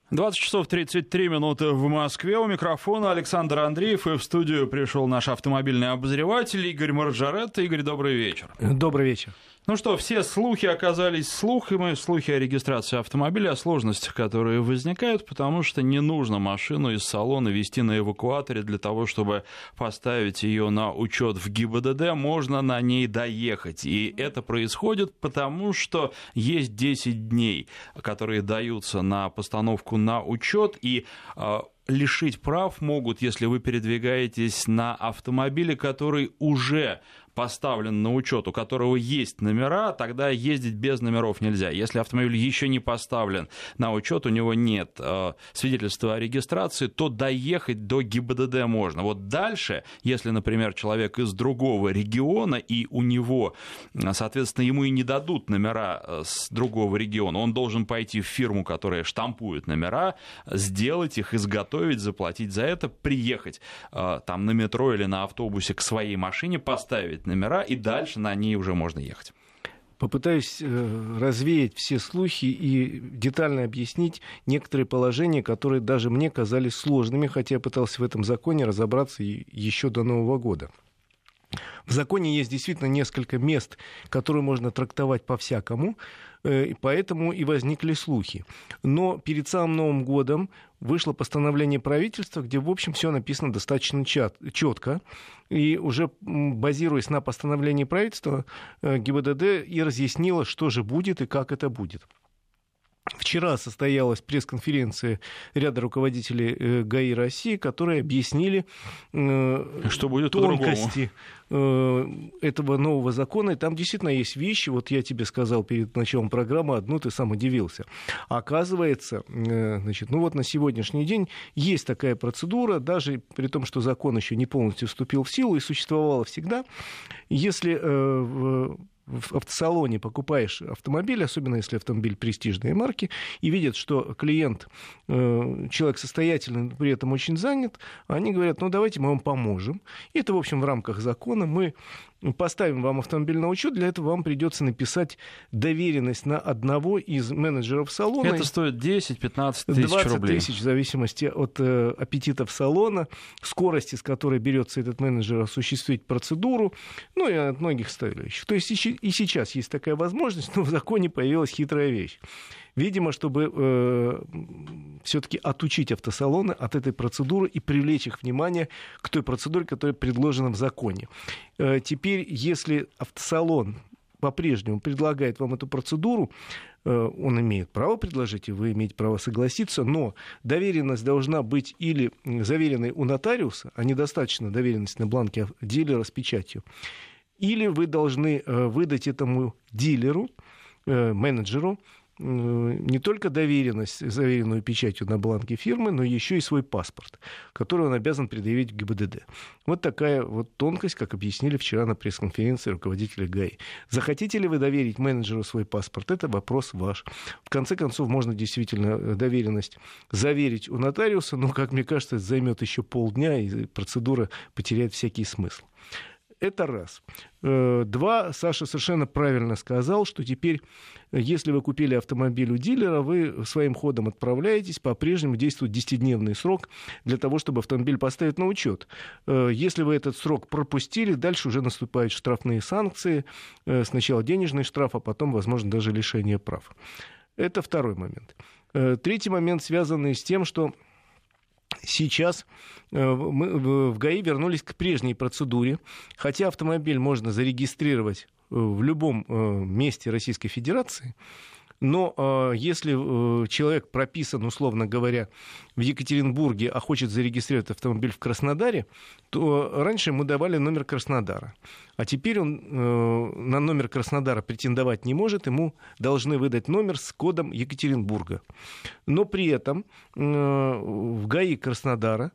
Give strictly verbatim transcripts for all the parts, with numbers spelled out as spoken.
двадцать часов тридцать три минуты в Москве. У микрофона Александр Андреев. И в студию пришел наш автомобильный обозреватель Игорь Маржарет. Игорь, добрый вечер. Добрый вечер. Ну что, все слухи оказались слухами, слухи о регистрации автомобиля, о сложностях, которые возникают, потому что не нужно машину из салона везти на эвакуаторе для того, чтобы поставить ее на учет в ГИБДД, можно на ней доехать. И это происходит потому, что есть десять дней, которые даются на постановку на учет, и лишить прав могут, если вы передвигаетесь на автомобиле, который уже поставлен на учет, у которого есть номера, тогда ездить без номеров нельзя. Если автомобиль еще не поставлен на учет, у него нет э, свидетельства о регистрации, то доехать до ГИБДД можно. Вот дальше, если, например, человек из другого региона, и у него, соответственно, ему и не дадут номера с другого региона, он должен пойти в фирму, которая штампует номера, сделать их, изготовить, заплатить за это, приехать э, там на метро или на автобусе к своей машине, поставить номера, и дальше на ней уже можно ехать. Попытаюсь развеять все слухи и детально объяснить некоторые положения, которые даже мне казались сложными, хотя я пытался в этом законе разобраться еще до Нового года. В законе есть действительно несколько мест, которые можно трактовать по-всякому, и поэтому и возникли слухи. Но перед самым Новым годом вышло постановление правительства, где, в общем, все написано достаточно четко. И уже базируясь на постановлении правительства, ГИБДД и разъяснило, что же будет и как это будет. Вчера состоялась пресс-конференция ряда руководителей ГАИ России, которые объяснили что будет тонкости этого нового закона. И там действительно есть вещи, вот я тебе сказал перед началом программы, одну ты сам удивился. Оказывается, значит, ну вот на сегодняшний день есть такая процедура, даже при том, что закон еще не полностью вступил в силу и существовала всегда, если в в автосалоне покупаешь автомобиль, особенно если автомобиль престижной марки, и видят, что клиент, человек состоятельный, при этом очень занят, они говорят, ну давайте мы вам поможем. И это, в общем, в рамках закона мы поставим вам автомобиль на учет, для этого вам придется написать доверенность на одного из менеджеров салона. Это стоит десять-пятнадцать тысяч рублей. двадцать тысяч, в зависимости от э, аппетитов салона, скорости, с которой берется этот менеджер осуществить процедуру, ну и от многих составляющих. То есть и, и сейчас есть такая возможность, но в законе появилась хитрая вещь. Видимо, чтобы э, все-таки отучить автосалоны от этой процедуры и привлечь их внимание к той процедуре, которая предложена в законе. Э, теперь, если автосалон по-прежнему предлагает вам эту процедуру, э, он имеет право предложить, и вы имеете право согласиться, но доверенность должна быть или заверенной у нотариуса, а недостаточно доверенность на бланке дилера с печатью, или вы должны э, выдать этому дилеру, э, менеджеру, не только доверенность, заверенную печатью на бланке фирмы, но еще и свой паспорт, который он обязан предъявить в ГИБДД. Вот такая вот тонкость, как объяснили вчера на пресс-конференции руководители ГАИ. Захотите ли вы доверить менеджеру свой паспорт? Это вопрос ваш. В конце концов, можно действительно доверенность заверить у нотариуса, но, как мне кажется, это займет еще полдня, и процедура потеряет всякий смысл. Это раз. Два, Саша совершенно правильно сказал, что теперь, если вы купили автомобиль у дилера, вы своим ходом отправляетесь, по-прежнему действует десятидневный срок для того, чтобы автомобиль поставить на учет. Если вы этот срок пропустили, дальше уже наступают штрафные санкции, сначала денежный штраф, а потом, возможно, даже лишение прав. Это второй момент. Третий момент, связанный с тем, что сейчас мы в ГАИ вернулись к прежней процедуре, хотя автомобиль можно зарегистрировать в любом месте Российской Федерации, но если человек прописан, условно говоря, в Екатеринбурге, а хочет зарегистрировать автомобиль в Краснодаре, то раньше ему давали номер Краснодара. А теперь он на номер Краснодара претендовать не может, ему должны выдать номер с кодом Екатеринбурга. Но при этом в ГАИ Краснодара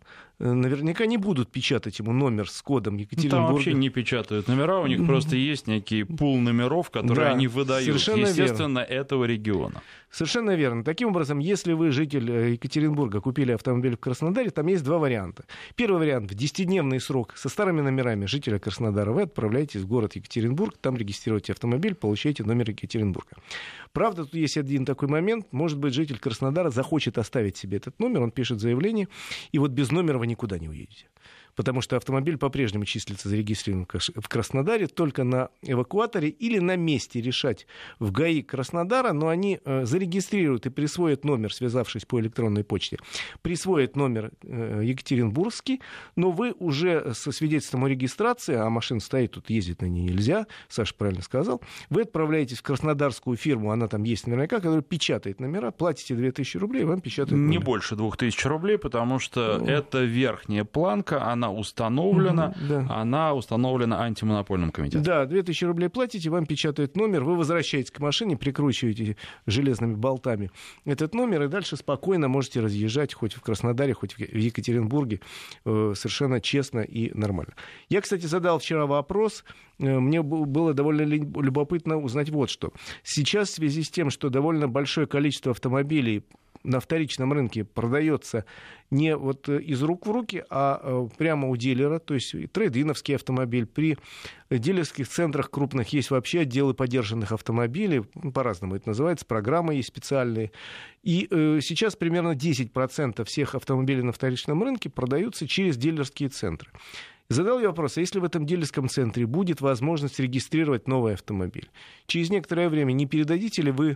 наверняка не будут печатать ему номер с кодом Екатеринбурга. Там вообще не печатают номера, у них mm-hmm. просто есть некий пул номеров, которые да, они выдают, естественно, верно. Этого региона. Совершенно верно. Таким образом, если вы, житель Екатеринбурга, купили автомобиль в Краснодаре, там есть два варианта. Первый вариант. В десятидневный срок со старыми номерами жителя Краснодара вы отправляетесь в город Екатеринбург, там регистрируете автомобиль, получаете номер Екатеринбурга. Правда, тут есть один такой момент. Может быть, житель Краснодара захочет оставить себе этот номер, он пишет заявление, и вот без номера вы никуда не уедете. Потому что автомобиль по-прежнему числится зарегистрирован в Краснодаре только на эвакуаторе или на месте решать в ГАИ Краснодара, но они э, зарегистрируют и присвоят номер, связавшись по электронной почте, присвоят номер э, екатеринбургский, но вы уже со свидетельством о регистрации, а машина стоит, тут ездить на ней нельзя, Саша правильно сказал, вы отправляетесь в краснодарскую фирму, она там есть наверняка, которая печатает номера, платите две тысячи рублей, вам печатают номер. Не больше двух тысяч рублей, потому что ну... это верхняя планка, она Она установлена, mm-hmm, да. она установлена антимонопольным комитетом. Да, две тысячи рублей платите, вам печатают номер, вы возвращаетесь к машине, прикручиваете железными болтами этот номер, и дальше спокойно можете разъезжать хоть в Краснодаре, хоть в Екатеринбурге, э, совершенно честно и нормально. Я, кстати, задал вчера вопрос, э, мне было довольно любопытно узнать вот что. Сейчас в связи с тем, что довольно большое количество автомобилей на вторичном рынке продается не вот из рук в руки, а прямо у дилера, то есть трейд-иновский автомобиль. При дилерских центрах крупных есть вообще отделы подержанных автомобилей, по-разному это называется, программы есть специальные. И э, сейчас примерно десять процентов всех автомобилей на вторичном рынке продаются через дилерские центры. Задал я вопрос, а если в этом дилерском центре будет возможность регистрировать новый автомобиль, через некоторое время не передадите ли вы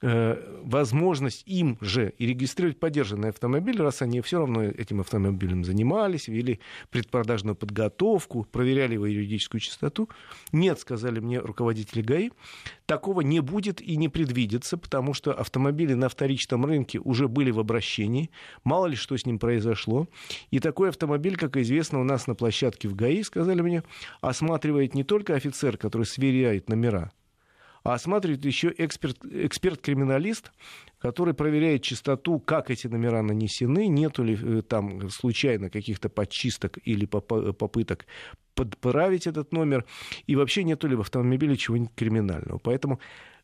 э, возможность им же и регистрировать подержанный автомобиль, раз они все равно этим автомобилем занимались, вели предпродажную подготовку, проверяли его юридическую чистоту? Нет, сказали мне руководители ГАИ, такого не будет и не предвидится, потому что автомобили на вторичном рынке уже были в обращении, мало ли что с ним произошло, и такой автомобиль, как известно, у нас на площадке в ГАИ, сказали мне, осматривает не только офицер, который сверяет номера, а осматривает еще эксперт, эксперт-криминалист, который проверяет чистоту, как эти номера нанесены, нету ли там случайно каких-то подчисток или попыток подправить этот номер, и вообще нету ли в автомобиле чего-нибудь криминального. Поэтому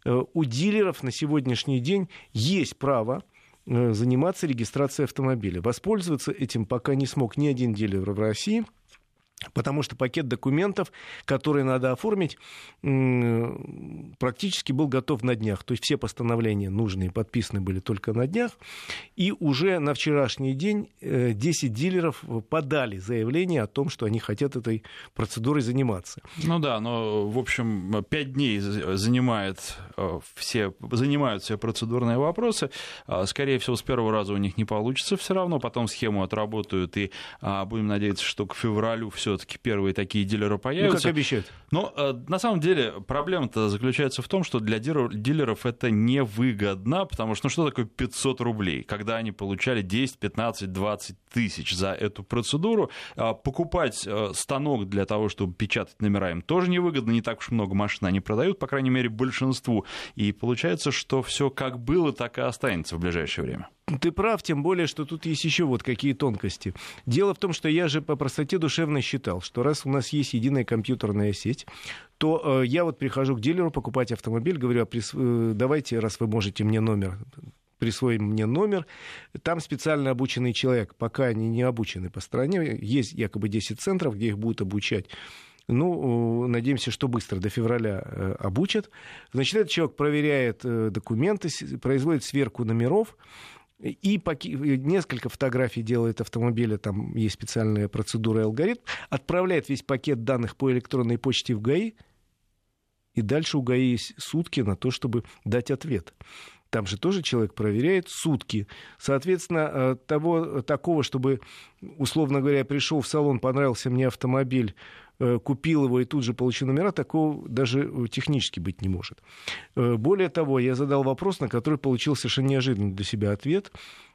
у дилеров на сегодняшний день есть право заниматься регистрацией автомобиля. Воспользоваться этим пока не смог ни один дилер в России, потому что пакет документов, которые надо оформить, практически был готов на днях. То есть все постановления нужные подписаны были только на днях. И уже на вчерашний день десять дилеров подали заявление о том, что они хотят этой процедурой заниматься. Ну да, но, в общем, пять дней занимает все, занимают все процедурные вопросы. Скорее всего, с первого раза у них не получится все равно. Потом схему отработают, и будем надеяться, что к февралю все все-таки первые такие дилеры появятся. Ну, как обещают. Но э, на самом деле проблема-то заключается в том, что для дилеров это невыгодно, потому что ну, что такое пятьсот рублей, когда они получали десять, пятнадцать, двадцать тысяч за эту процедуру. А покупать э, станок для того, чтобы печатать номера, им тоже невыгодно, не так уж много машин они продают, по крайней мере, большинству. И получается, что все как было, так и останется в ближайшее время. Ты прав, тем более, что тут есть еще вот какие тонкости. Дело в том, что я же по простоте душевной считал, что раз у нас есть единая компьютерная сеть, то э, я вот прихожу к дилеру покупать автомобиль, говорю, а прис... э, давайте, раз вы можете мне номер, присвоим мне номер, там специально обученный человек, пока они не обучены по стране, есть якобы десять центров, где их будут обучать. Ну, надеемся, что быстро, до февраля э, обучат. Значит, этот человек проверяет э, документы, производит сверку номеров, и поки... несколько фотографий делает автомобиля, там есть специальная процедура и алгоритм, отправляет весь пакет данных по электронной почте в ГАИ, и дальше у ГАИ есть сутки на то, чтобы дать ответ. Там же тоже человек проверяет сутки. Соответственно, того, такого, чтобы, условно говоря, я пришел в салон, понравился мне автомобиль, купил его и тут же получил номера, такого даже технически быть не может. Более того, я задал вопрос, на который получил совершенно неожиданный для себя ответ.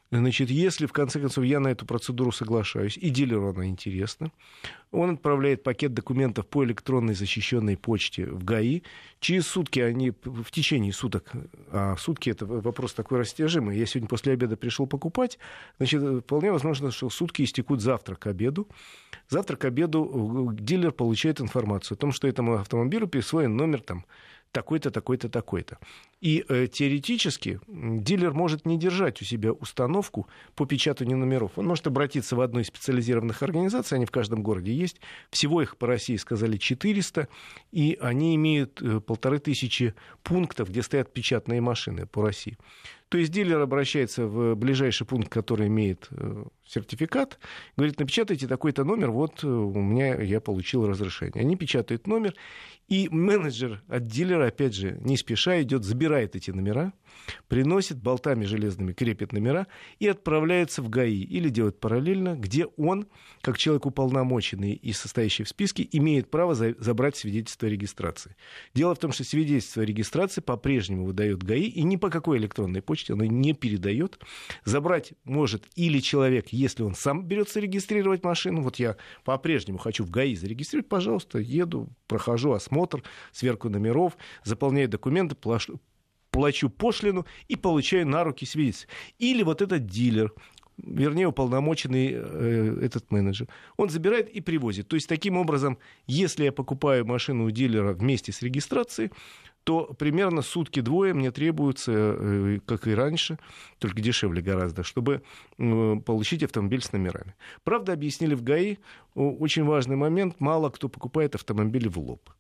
Значит, если, в конце концов, я на эту процедуру соглашаюсь, и дилеру она интересна, он отправляет пакет документов по электронной защищенной почте в ГАИ. Через сутки они, в течение суток, а сутки — это вопрос такой растяжимый. Я сегодня после обеда пришел покупать, значит, вполне возможно, что сутки истекут завтра к обеду. Завтра к обеду дилер получает информацию о том, что этому автомобилю присвоен номер там такой-то, такой-то, такой-то. И э, теоретически дилер может не держать у себя установку по печатанию номеров. Он может обратиться в одну из специализированных организаций, они в каждом городе есть. Всего их по России, сказали, четыреста, и они имеют э, полторы тысячи пунктов, где стоят печатные машины по России. То есть дилер обращается в ближайший пункт, который имеет э, сертификат, говорит: напечатайте такой-то номер, вот у меня я получил разрешение. Они печатают номер, и менеджер от дилера, опять же, не спеша идет, забирает эти номера, приносит, болтами железными крепит номера и отправляется в ГАИ или делает параллельно, где он, как человек уполномоченный и состоящий в списке, имеет право за- забрать свидетельство о регистрации. Дело в том, что свидетельство о регистрации по-прежнему выдает ГАИ, и ни по какой электронной почте оно не передает. Забрать может или человек, если он сам берется регистрировать машину. Вот я по-прежнему хочу в ГАИ зарегистрировать, пожалуйста, еду, прохожу осмотр, сверку номеров, заполняю документы, плачу, плачу пошлину и получаю на руки свидетельство. Или вот этот дилер, вернее, уполномоченный э, этот менеджер, он забирает и привозит. То есть, таким образом, если я покупаю машину у дилера вместе с регистрацией, то примерно сутки-двое мне требуется, э, как и раньше, только дешевле гораздо, чтобы э, получить автомобиль с номерами. Правда, объяснили в ГАИ, очень важный момент: мало кто покупает автомобили в лоб.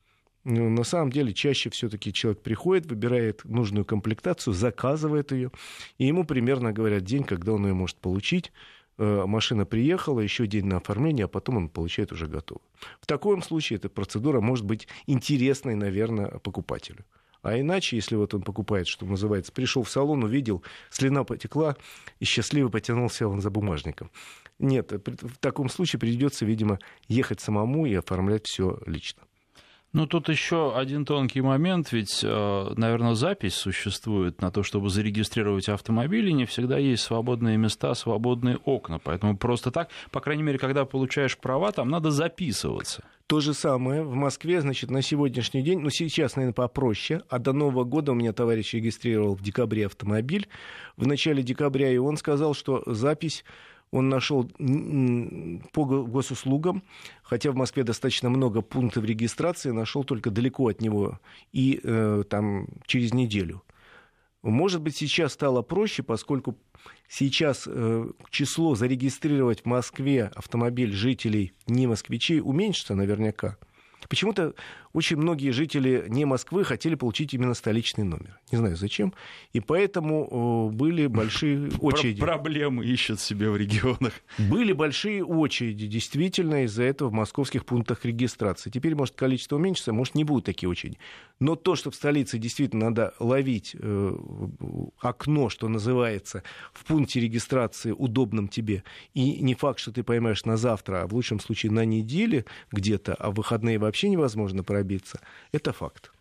На самом деле, чаще все-таки человек приходит, выбирает нужную комплектацию, заказывает ее, и ему примерно говорят день, когда он ее может получить. Машина приехала, еще день на оформление, а потом он получает уже готовую. В таком случае эта процедура может быть интересной, наверное, покупателю. А иначе, если вот он покупает, что называется, пришел в салон, увидел, слюна потекла, и счастливо потянулся он за бумажником. Нет, в таком случае придется, видимо, ехать самому и оформлять все лично. Ну, тут еще один тонкий момент, ведь, наверное, запись существует на то, чтобы зарегистрировать автомобиль, и не всегда есть свободные места, свободные окна, поэтому просто так, по крайней мере, когда получаешь права, там надо записываться. То же самое в Москве, значит, на сегодняшний день, ну, сейчас, наверное, попроще, а до Нового года у меня товарищ регистрировал в декабре автомобиль, в начале декабря, и он сказал, что запись он нашел по госуслугам, хотя в Москве достаточно много пунктов регистрации, нашел только далеко от него и э, там через неделю. Может быть, сейчас стало проще, поскольку сейчас э, число зарегистрировать в Москве автомобиль жителей не москвичей уменьшится наверняка. Почему-то очень многие жители не Москвы хотели получить именно столичный номер. Не знаю зачем. И поэтому были большие очереди. Проблемы ищут себе в регионах. Были большие очереди, действительно, из-за этого в московских пунктах регистрации. Теперь, может, количество уменьшится, может, не будут такие очереди. Но то, что в столице действительно надо ловить э, окно, что называется, в пункте регистрации удобном тебе, и не факт, что ты поймаешь на завтра, а в лучшем случае на неделе где-то, а в выходные вообще невозможно пробиться, это факт.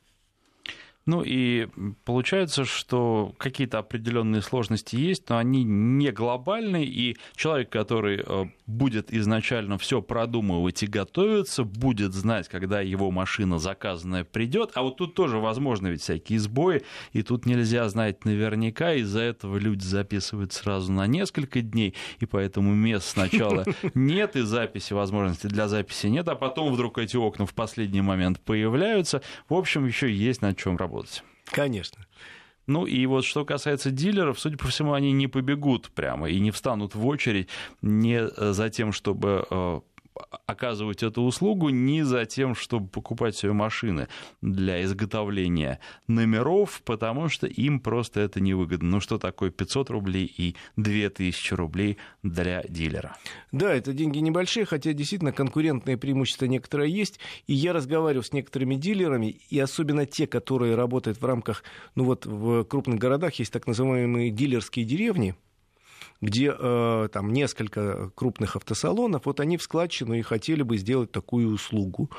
Ну и получается, что какие-то определенные сложности есть, но они не глобальные, и человек, который будет изначально все продумывать и готовиться, будет знать, когда его машина заказанная придет, а вот тут тоже возможны ведь всякие сбои, и тут нельзя знать наверняка, из-за этого люди записывают сразу на несколько дней, и поэтому мест сначала нет, и записи, возможности для записи нет, а потом вдруг эти окна в последний момент появляются. В общем, еще есть над чем работать. Конечно. Ну и вот что касается дилеров, судя по всему, они не побегут прямо и не встанут в очередь не за тем, чтобы оказывать эту услугу, не за тем, чтобы покупать себе машины для изготовления номеров, потому что им просто это невыгодно. Ну что такое пятьсот рублей и две тысячи рублей для дилера? Да, это деньги небольшие, хотя действительно конкурентное преимущество некоторое есть. И я разговаривал с некоторыми дилерами, и особенно те, которые работают в рамках, ну вот в крупных городах есть так называемые дилерские деревни, где э, там несколько крупных автосалонов, вот они в складчину и хотели бы сделать такую услугу.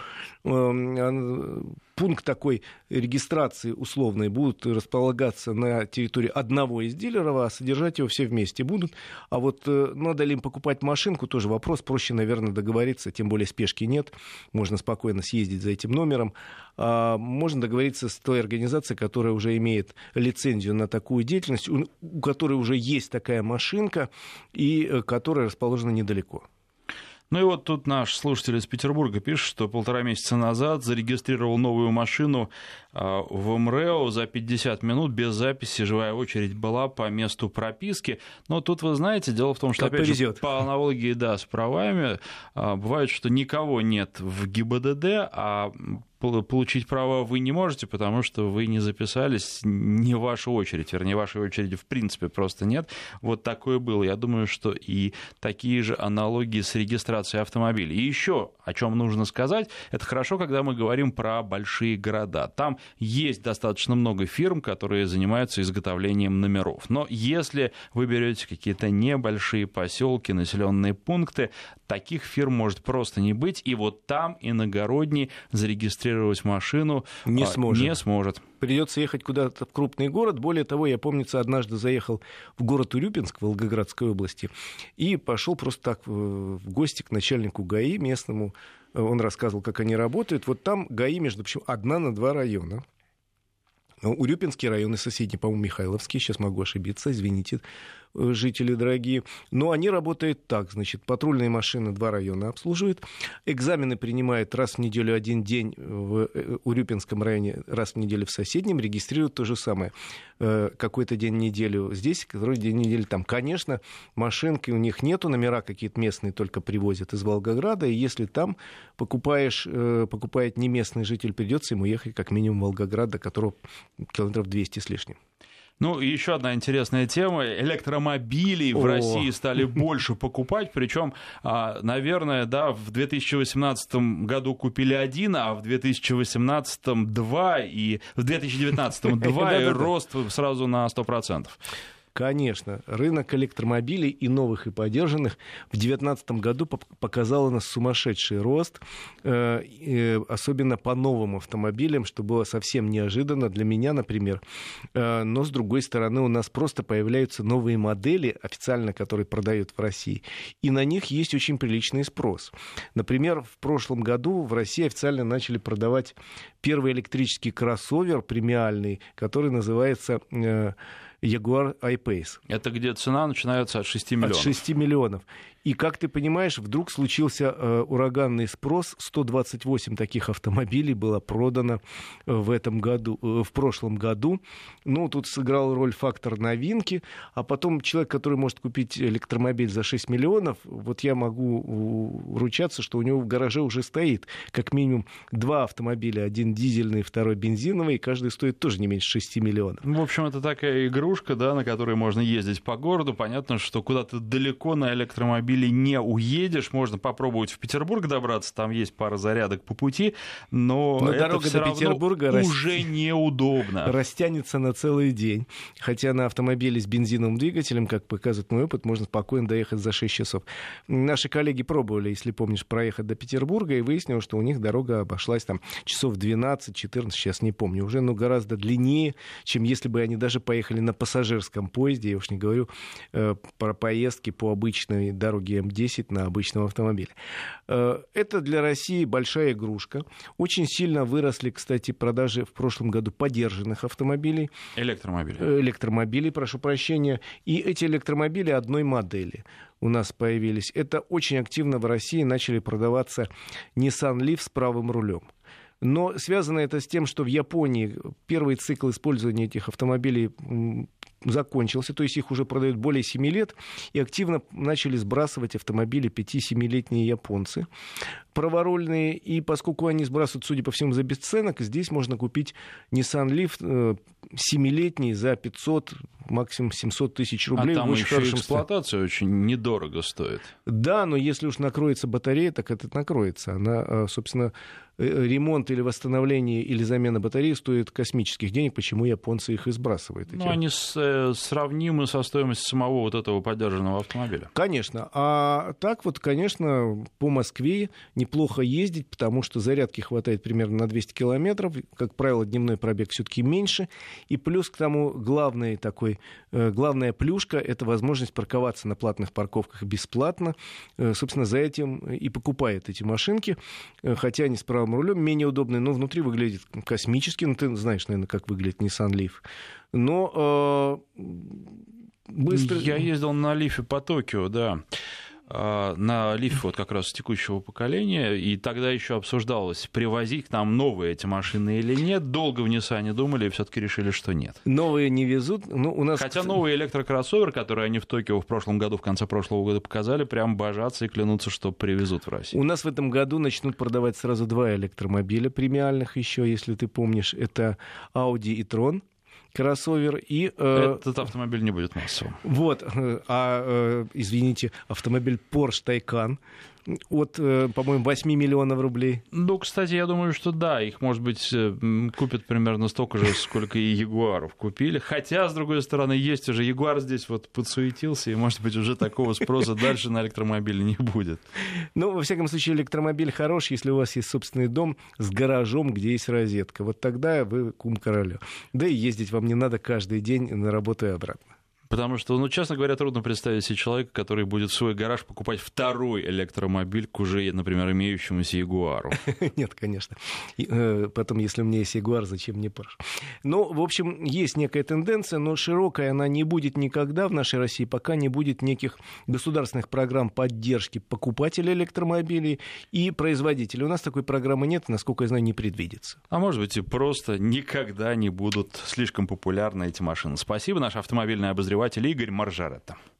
Э, пункт такой регистрации условной будут располагаться на территории одного из дилеров, а содержать его все вместе будут. А вот э, надо ли им покупать машинку, тоже вопрос. Проще, наверное, договориться, тем более спешки нет. Можно спокойно съездить за этим номером. А можно договориться с той организацией, которая уже имеет лицензию на такую деятельность, у, у которой уже есть такая машинка и э, которая расположена недалеко. Ну и вот тут наш слушатель из Петербурга пишет, что полтора месяца назад зарегистрировал новую машину в МРЭО за пятьдесят минут без записи, живая очередь была по месту прописки. Но тут, вы знаете, дело в том, что, как опять повезет. же, по аналогии, да, с правами, бывает, что никого нет в ГИБДД, а получить права вы не можете, потому что вы не записались, не ваша очередь, вернее, вашей очереди в принципе просто нет. Вот такое было. Я думаю, что и такие же аналогии с регистрацией автомобилей. И еще о чем нужно сказать, это хорошо, когда мы говорим про большие города. Там есть достаточно много фирм, которые занимаются изготовлением номеров. Но если вы берете какие-то небольшие поселки, населенные пункты, таких фирм может просто не быть, и вот там иногородний зарегистрировать машину не сможет. не сможет. Придется ехать куда-то в крупный город. Более того, я, помнится, однажды заехал в город Урюпинск в Волгоградской области и пошел просто так в гости к начальнику ГАИ местному. Он рассказывал, как они работают. Вот там ГАИ, между прочим, одна на два района. Урюпинский район и соседний, по-моему, Михайловский, сейчас могу ошибиться, извините, жители дорогие. Но они работают так, значит, патрульные машины два района обслуживают, экзамены принимают раз в неделю один день в Урюпинском районе, раз в неделю в соседнем, регистрируют то же самое. Какой-то день в неделю здесь, второй день в неделю там. Конечно, машинки у них нету, номера какие-то местные только привозят из Волгограда, и если там покупаешь, покупает не местный житель, придется ему ехать как минимум в Волгоград, до которого километров двести с лишним. Ну, и еще одна интересная тема. Электромобилей в О. России стали больше покупать. Причем, наверное, да, в две тысячи восемнадцатом году купили один, а в две тысячи восемнадцатом два, и в две тысячи девятнадцатом два, и рост сразу на сто процентов. Конечно, рынок электромобилей и новых, и подержанных в две тысячи девятнадцатом году показал у нас сумасшедший рост, особенно по новым автомобилям, что было совсем неожиданно для меня, например. Но, с другой стороны, у нас просто появляются новые модели, официально которые продают в России, и на них есть очень приличный спрос. Например, в прошлом году в России официально начали продавать первый электрический кроссовер премиальный, который называется Jaguar I-Pace. Это где цена начинается от шести миллионов. От шести миллионов. И, как ты понимаешь, вдруг случился э, ураганный спрос. сто двадцать восемь таких автомобилей было продано э, в этом году, э, в прошлом году. Ну, тут сыграл роль фактор новинки. А потом человек, который может купить электромобиль за шесть миллионов, вот я могу ручаться, что у него в гараже уже стоит как минимум два автомобиля. Один дизельный, второй бензиновый. И каждый стоит тоже не меньше шести миллионов. В общем, это такая игрушка, да, на которой можно ездить по городу. Понятно, что куда-то далеко на электромобиле не уедешь, можно попробовать в Петербург добраться, там есть пара зарядок по пути, но, но это дорога до Петербурга уже рас... неудобно. Растянется на целый день, хотя на автомобиле с бензиновым двигателем, как показывает мой опыт, можно спокойно доехать за шесть часов. Наши коллеги пробовали, если помнишь, проехать до Петербурга, и выяснилось, что у них дорога обошлась там часов двенадцать-четырнадцать, сейчас не помню, уже ну, гораздо длиннее, чем если бы они даже поехали на пассажирском поезде, я уж не говорю э, про поездки по обычной дороге эм десять на обычном автомобиле. Это для России большая игрушка. Очень сильно выросли, кстати, продажи в прошлом году подержанных автомобилей. Электромобилей. Электромобилей, прошу прощения. И эти электромобили одной модели у нас появились. Это очень активно в России начали продаваться Nissan Leaf с правым рулем. Но связано это с тем, что в Японии первый цикл использования этих автомобилей закончился, то есть их уже продают более семи лет, и активно начали сбрасывать автомобили пяти-семилетние японцы праворульные, и поскольку они сбрасывают, судя по всему, за бесценок, здесь можно купить Nissan Leaf семилетний за пятьсот, максимум семьсот тысяч рублей. А там очень еще эксплуатация очень недорого стоит. Да, но если уж накроется батарея, так это накроется. Она, собственно, ремонт или восстановление или замена батареи стоит космических денег, почему японцы их и сбрасывают. Ну, они с, сравнимы со стоимостью самого вот этого подержанного автомобиля. Конечно. А так вот, конечно, по Москве неплохо ездить, потому что зарядки хватает примерно на двести километров. Как правило, дневной пробег все-таки меньше. И плюс к тому главный такой, главная плюшка — это возможность парковаться на платных парковках бесплатно. Собственно, за этим и покупают эти машинки. Хотя они с правым рулем менее удобные, но внутри выглядит космически. Ну, ты знаешь, наверное, как выглядит Nissan Leaf. Но э, быстро... Я ездил на Лифе по Токио, да. На Лифе вот как раз текущего поколения, и тогда еще обсуждалось, привозить к нам новые эти машины или нет. Долго в Ниссане думали и все-таки решили, что нет. Новые не везут. Ну, у нас... Хотя новый электрокроссовер, который они в Токио в прошлом году, в конце прошлого года показали, прям божатся и клянутся, что привезут в Россию. У нас в этом году начнут продавать сразу два электромобиля премиальных еще, если ты помнишь. Это Audi e-tron. Кроссовер и... Э, Этот автомобиль не будет массовым. Вот, а, извините, автомобиль Porsche Taycan от, по-моему, восемь миллионов рублей. Ну, кстати, я думаю, что да, их, может быть, купят примерно столько же, сколько и Ягуаров купили. Хотя, с другой стороны, есть уже Ягуар здесь вот подсуетился, и, может быть, уже такого спроса дальше на электромобили не будет. Ну, во всяком случае, электромобиль хорош, если у вас есть собственный дом с гаражом, где есть розетка. Вот тогда вы кум короля. Да и ездить вам не надо каждый день на работу и обратно. Потому что, ну, честно говоря, трудно представить себе человека, который будет в свой гараж покупать второй электромобиль к уже, например, имеющемуся Ягуару. Нет, конечно. И, э, потом, если у меня есть Ягуар, зачем мне Porsche? Ну, в общем, есть некая тенденция, но широкая она не будет никогда в нашей России, пока не будет неких государственных программ поддержки покупателей электромобилей и производителей. У нас такой программы нет, насколько я знаю, не предвидится. А может быть, и просто никогда не будут слишком популярны эти машины. Спасибо, наш автомобильный обозреватель Игорь Маржаретта.